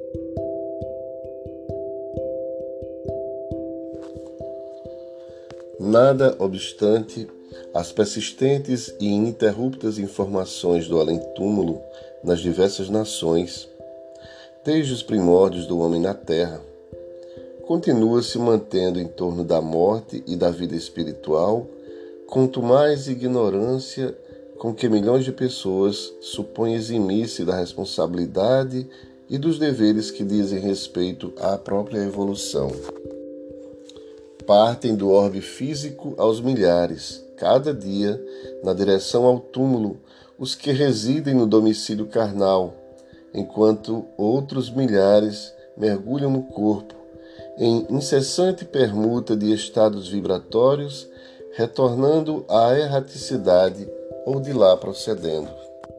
Nada obstante as persistentes e ininterruptas informações do além-túmulo nas diversas nações, desde os primórdios do homem na Terra, continua se mantendo em torno da morte e da vida espiritual, quanto mais ignorância com que milhões de pessoas supõem eximir-se da responsabilidade e dos deveres que dizem respeito à própria evolução. Partem do orbe físico aos milhares, cada dia, na direção ao túmulo, os que residem no domicílio carnal, enquanto outros milhares mergulham no corpo, em incessante permuta de estados vibratórios, retornando à erraticidade ou de lá procedendo.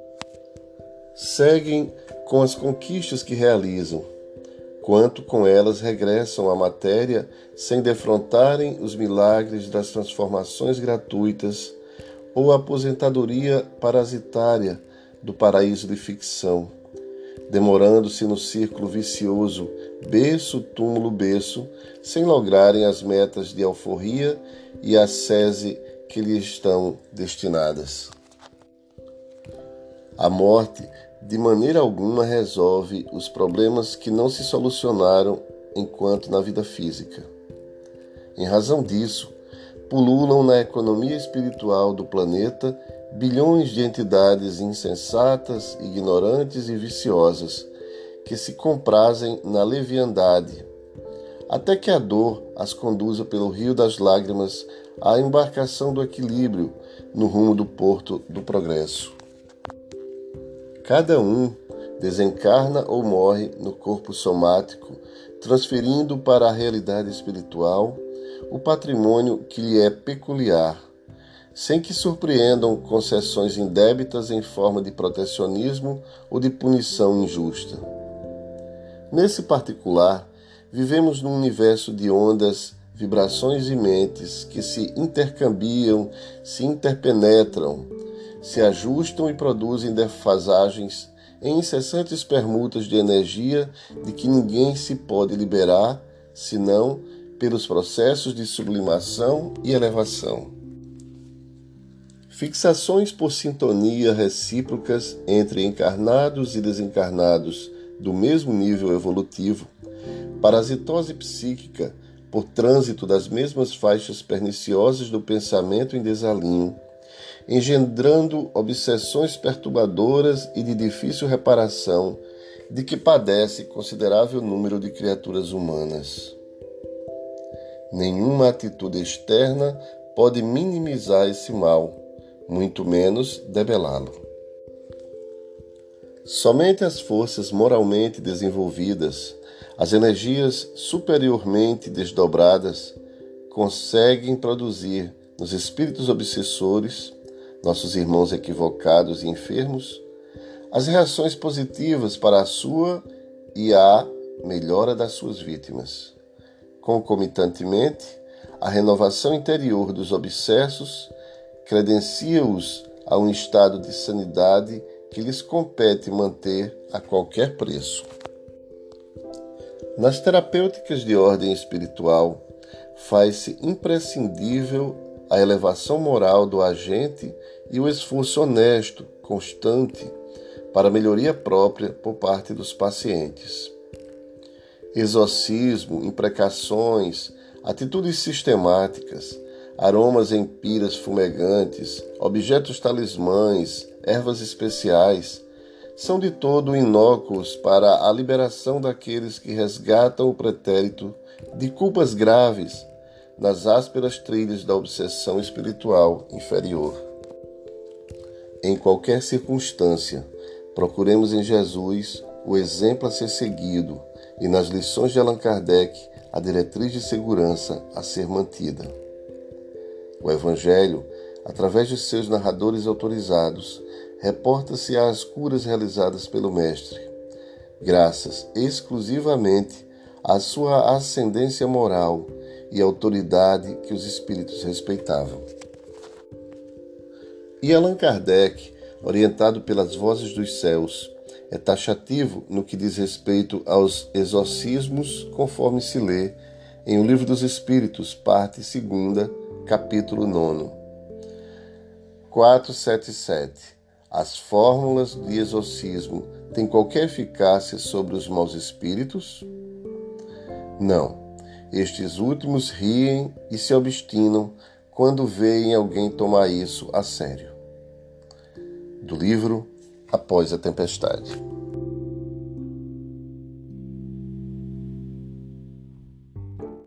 Seguem com as conquistas que realizam, quanto com elas regressam à matéria sem defrontarem os milagres das transformações gratuitas ou a aposentadoria parasitária do paraíso de ficção, demorando-se no círculo vicioso berço-túmulo-berço, sem lograrem as metas de alforria e ascese que lhes estão destinadas. A morte de maneira alguma resolve os problemas que não se solucionaram enquanto na vida física. Em razão disso, pululam na economia espiritual do planeta bilhões de entidades insensatas, ignorantes e viciosas que se comprazem na leviandade, até que a dor as conduza pelo rio das lágrimas à embarcação do equilíbrio no rumo do porto do progresso. Cada um desencarna ou morre no corpo somático, transferindo para a realidade espiritual o patrimônio que lhe é peculiar, sem que surpreendam concessões indébitas em forma de protecionismo ou de punição injusta. Nesse particular, vivemos num universo de ondas, vibrações e mentes que se intercambiam, se interpenetram, se ajustam e produzem defasagens em incessantes permutas de energia de que ninguém se pode liberar, senão pelos processos de sublimação e elevação. Fixações por sintonia recíprocas entre encarnados e desencarnados do mesmo nível evolutivo, parasitose psíquica por trânsito das mesmas faixas perniciosas do pensamento em desalinho, engendrando obsessões perturbadoras e de difícil reparação de que padece considerável número de criaturas humanas. Nenhuma atitude externa pode minimizar esse mal, muito menos debelá-lo. Somente as forças moralmente desenvolvidas, as energias superiormente desdobradas, conseguem produzir nos espíritos obsessores, nossos irmãos equivocados e enfermos, as reações positivas para a sua e a melhora das suas vítimas. Concomitantemente, a renovação interior dos obsessos credencia-os a um estado de sanidade que lhes compete manter a qualquer preço. Nas terapêuticas de ordem espiritual, faz-se imprescindível a elevação moral do agente e o esforço honesto, constante, para a melhoria própria por parte dos pacientes. Exorcismo, imprecações, atitudes sistemáticas, aromas em piras fumegantes, objetos talismãs, ervas especiais, são de todo inócuos para a liberação daqueles que resgatam o pretérito de culpas graves nas ásperas trilhas da obsessão espiritual inferior. Em qualquer circunstância, procuremos em Jesus o exemplo a ser seguido e nas lições de Allan Kardec a diretriz de segurança a ser mantida. O Evangelho, através de seus narradores autorizados, reporta-se às curas realizadas pelo Mestre, graças exclusivamente à sua ascendência moral e autoridade que os espíritos respeitavam. E Allan Kardec, orientado pelas vozes dos céus, É taxativo no que diz respeito aos exorcismos, conforme se lê em O Livro dos Espíritos, parte 2, capítulo 9. 477. As fórmulas de exorcismo têm qualquer eficácia sobre os maus espíritos? Não. Estes últimos riem e se obstinam quando veem alguém tomar isso a sério. Do livro Após a Tempestade.